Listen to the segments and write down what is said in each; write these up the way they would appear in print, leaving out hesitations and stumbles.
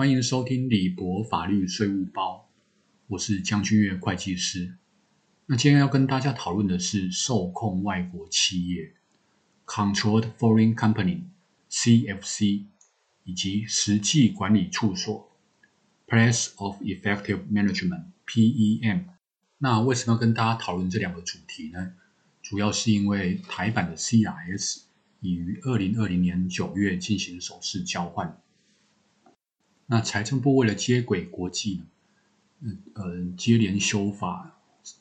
欢迎收听李博法律税务包，我是江君岳会计师。那今天要跟大家讨论的是受控外国企业 Controlled Foreign Company CFC 以及实际管理处所 Place of Effective Management PEM。那为什么要跟大家讨论这两个主题呢？主要是因为台版的 CRS 已于2020年9月进行首次交换。那财政部为了接轨国际接连修法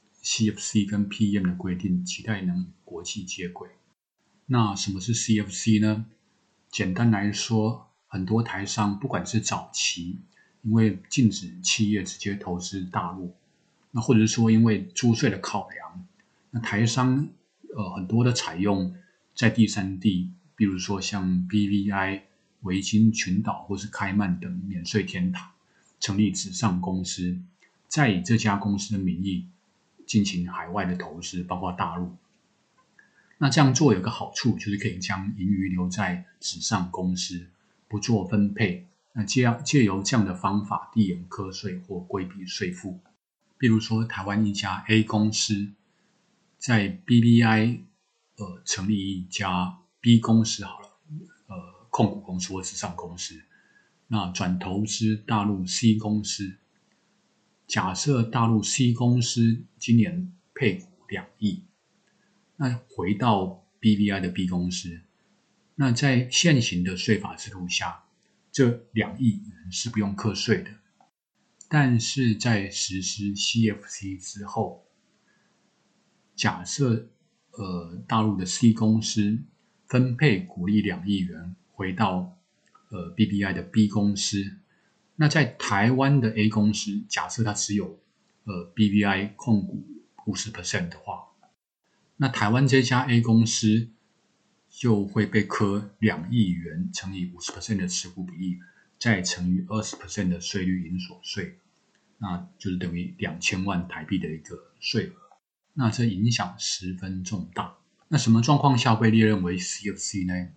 CFC 跟 PEM 的规定，期待能与国际接轨。那什么是 CFC 呢？简单来说，很多台商不管是早期因为禁止企业直接投资大陆，那或者是说因为租税的考量，那台商很多的采用在第三地，比如说像 BVI、维京群岛或是开曼等免税天堂，成立纸上公司，再以这家公司的名义进行海外的投资，包括大陆。那这样做有个好处，就是可以将盈余留在纸上公司，不做分配。那借由这样的方法递延课税或规避税负。比如说台湾一家 A 公司在 BVI 成立一家 B 公司好了，控股公司或纸上公司，那转投资大陆 C 公司。假设大陆 C 公司今年配股2亿，那回到 BVI 的 B 公司，那在现行的税法制度下，这2亿元是不用课税的。但是在实施 CFC 之后，假设大陆的 C 公司分配股利2亿元回到BVI 的 B 公司，那在台湾的 A 公司，假设它持有BVI 控股 50% 的话，那台湾这家 A 公司就会被课2亿元乘以 50% 的持股比例，再乘以 20% 的税率营所税，那就是等于2000万台币的一个税额。那这影响十分重大。那什么状况下被列认为 CFC 呢？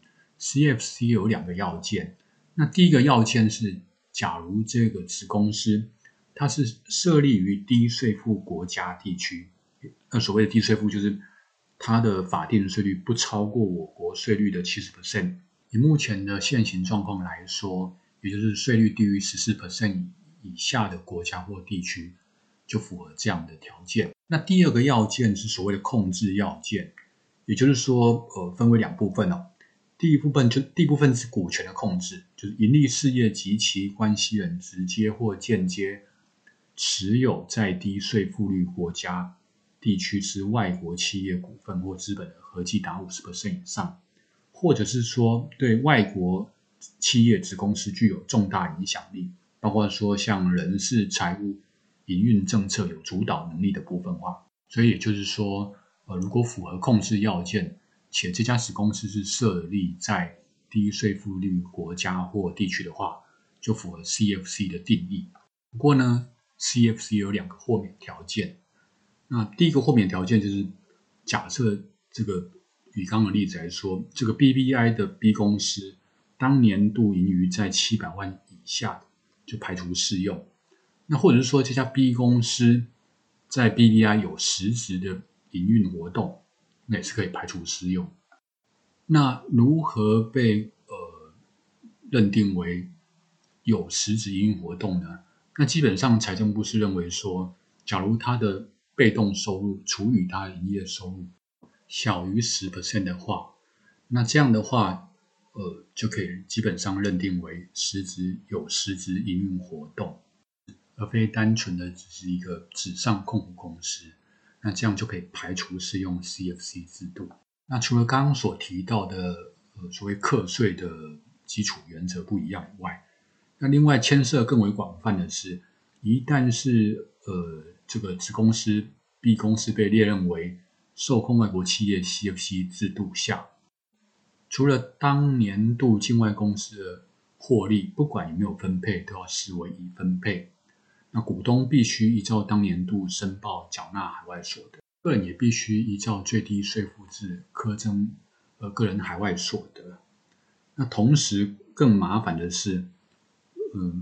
CFC 有2个要件。那第一个要件是，假如这个子公司它是设立于低税负国家地区，那所谓的低税负就是它的法定税率不超过我国税率的 70%。 以目前的现行状况来说，也就是税率低于 14% 以下的国家或地区就符合这样的条件。那第二个要件是所谓的控制要件，也就是说分为2部分哦。第一部分是股权的控制，就是盈利事业及其关系人直接或间接持有在低税负率国家地区之外国企业股份或资本的合计达 50% 以上，或者是说对外国企业子公司具有重大影响力，包括说像人事、财务、营运政策有主导能力的部分化。所以也就是说如果符合控制要件，且这家子公司是设立在低税负率国家或地区的话，就符合 CFC 的定义。不过呢， CFC 有2个豁免条件。那第一个豁免条件就是，假设这个以刚刚的例子来说，这个 BVI 的 B 公司当年度盈余在700万以下的，就排除适用。那或者是说这家 B 公司在 BVI 有实质的营运活动，那也是可以排除适用。那如何被认定为有实质营运活动呢？那基本上财政部是认为说，假如他的被动收入除以他营业收入小于 10% 的话，那这样的话就可以基本上认定为有实质营运活动，而非单纯的只是一个纸上控股公司。那这样就可以排除适用 CFC 制度。那除了刚刚所提到的所谓课税的基础原则不一样以外，那另外牵涉更为广泛的是，一旦是这个子公司 B 公司被列认为受控外国企业 CFC 制度下，除了当年度境外公司的获利不管有没有分配，都要视为已分配。那股东必须依照当年度申报缴纳海外所得，个人也必须依照最低税负制课征个人海外所得。那同时更麻烦的是，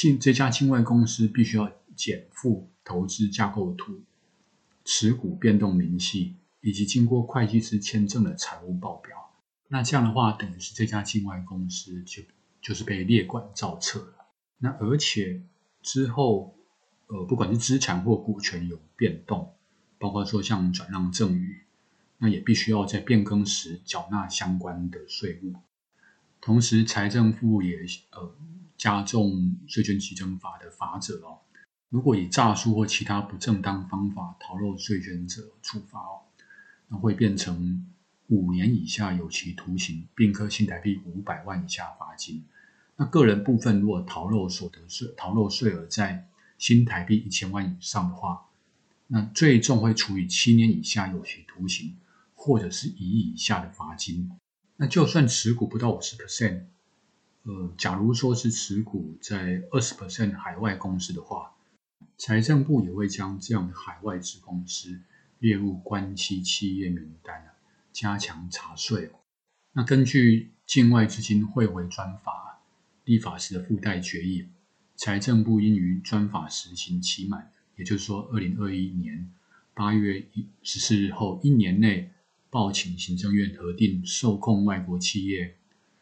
这家境外公司必须要减负投资架构图、持股变动明细，以及经过会计师签证的财务报表。那这样的话，等于是这家境外公司就是被列管造册了。那而且之后，不管是资产或股权有变动，包括说像转让赠与，那也必须要在变更时缴纳相关的税务。同时，财政部也加重税捐稽征法的罚则哦。如果以诈术或其他不正当方法逃漏税捐者处罚哦，那会变成5年以下有期徒刑，并科新台币500万以下罚金。那个人部分如果逃漏税额在新台币1000万以上的话，那最重会处以7年以下有期徒刑，或者是1亿以下的罚金。那就算持股不到50%，假如说是持股在20% 海外公司的话，财政部也会将这样的海外子公司列入关系企业名单，加强查税。那根据境外资金汇回专法立法时的附带决议，财政部应于专法实行期满，也就是说2021年8月14日后1年内报请行政院核定受控外国企业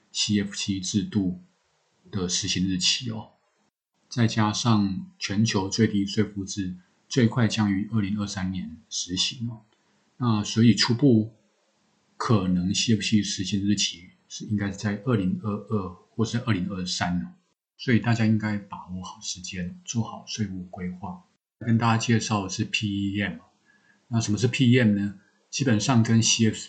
CFC 制度的实行日期哦。再加上全球最低税负制最快将于2023年实行哦。那所以初步可能 CFC 实行日期应该是在2022或是2023哦。所以大家应该把握好时间，做好税务规划。跟大家介绍的是 PEM。那什么是 PEM 呢？基本上跟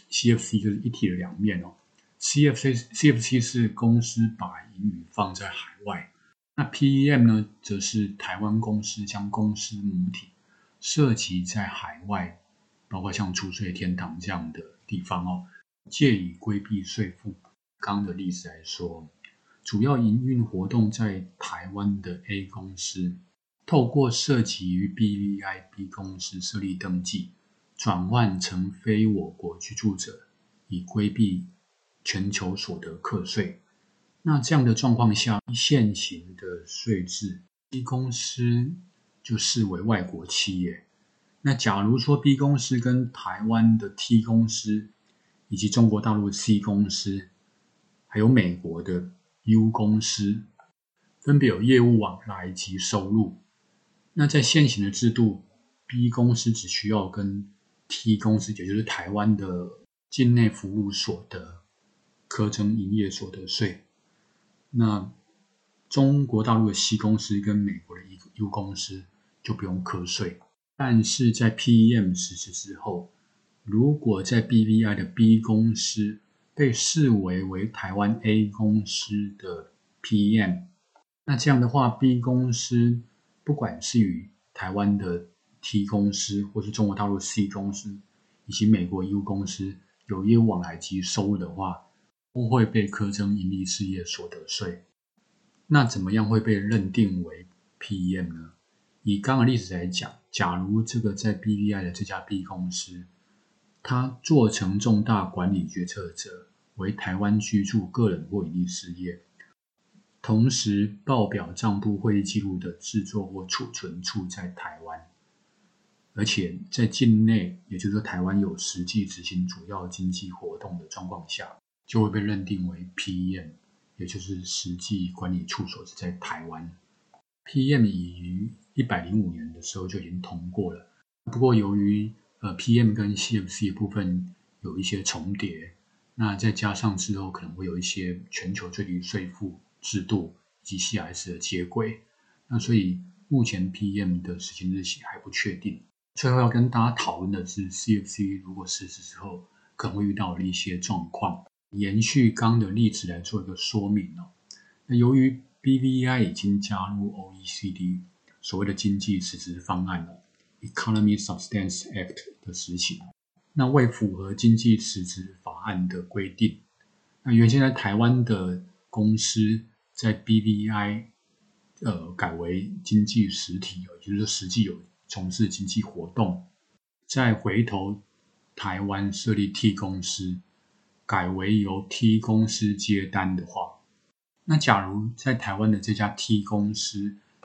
CFC 就是一体的两面哦。CFC 是公司把盈余放在海外，那 PEM 呢，则是台湾公司将公司母体涉及在海外，包括像除税天堂这样的地方哦，借以规避税负。刚刚的例子来说，主要营运活动在台湾的 A 公司，透过涉及于 BVI B 公司设立登记，转换成非我国居住者，以规避全球所得课税。那这样的状况下，现行的税制 B 公司就视为外国企业。那假如说 B 公司跟台湾的 T 公司，以及中国大陆 C 公司，还有美国的 U 公司，分别有业务往来及收入，那在现行的制度 B 公司只需要跟 T 公司，也就是台湾的境内服务所得课征营业所得税。那中国大陆的 C 公司跟美国的 U 公司就不用课税。但是在 PEM 实施之后，如果在 BVI 的 B 公司被视为台湾 A 公司的 PEM， 那这样的话 B 公司不管是与台湾的 T 公司，或是中国大陆 C 公司，以及美国 U 公司有业务往来及收入的话，都会被课征营利事业所得税。那怎么样会被认定为 PEM 呢？以刚刚的例子来讲，假如这个在 BVI 的这家 B 公司，它做成重大管理决策者为台湾居住个人或营利事业，同时报表账簿会议记录的制作或储存处在台湾，而且在境内，也就是说台湾有实际执行主要经济活动的状况下，就会被认定为 PEM， 也就是实际管理处所是在台湾。PEM 已于105年的时候就已经通过了，不过由于PEM 跟 CFC 的部分有一些重叠，那再加上之后可能会有一些全球最低税负制度以及 CRS 的接轨，那所以目前 PEM 的实行日期还不确定。最后要跟大家讨论的是 CFC 如果实施之后可能会遇到的一些状况，延续刚的例子来做一个说明哦。那由于 BVI 已经加入 OECD 所谓的经济实质方案Economy Substance Act 的实行，那为符合经济实质法案的规定，那原先在台湾的公司在 BVI 改为经济实体，也就是说实际有从事经济活动，再回头台湾设立 T 公司，改为由 T 公司接单的话，那假如在台湾的这家 T 公司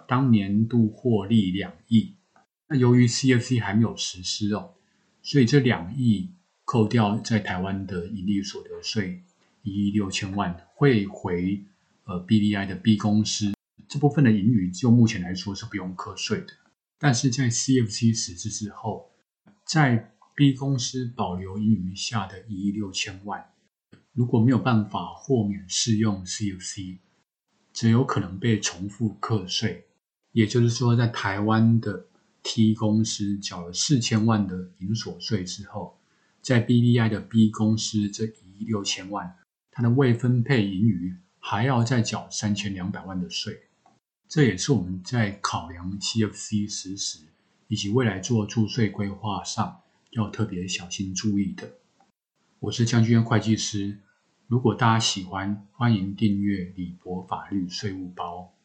当年度获利2亿。那由于 CFC 还没有实施所以这2亿扣掉在台湾的盈利所得税1亿6千万，会回BVI 的 B 公司，这部分的盈余就目前来说是不用课税的。但是在 CFC 实施之后，在 B 公司保留盈余下的1亿6千万，如果没有办法豁免适用 CFC， 则有可能被重复课税。也就是说，在台湾的 T 公司缴了4千万的营所税之后，在 BVI 的 B 公司这1亿6千万，它的未分配盈余还要再缴3200万的税。这也是我们在考量 CFC 实施以及未来做注税规划上要特别小心注意的。我是江君渊会计师，如果大家喜欢，欢迎订阅李博法律税务包。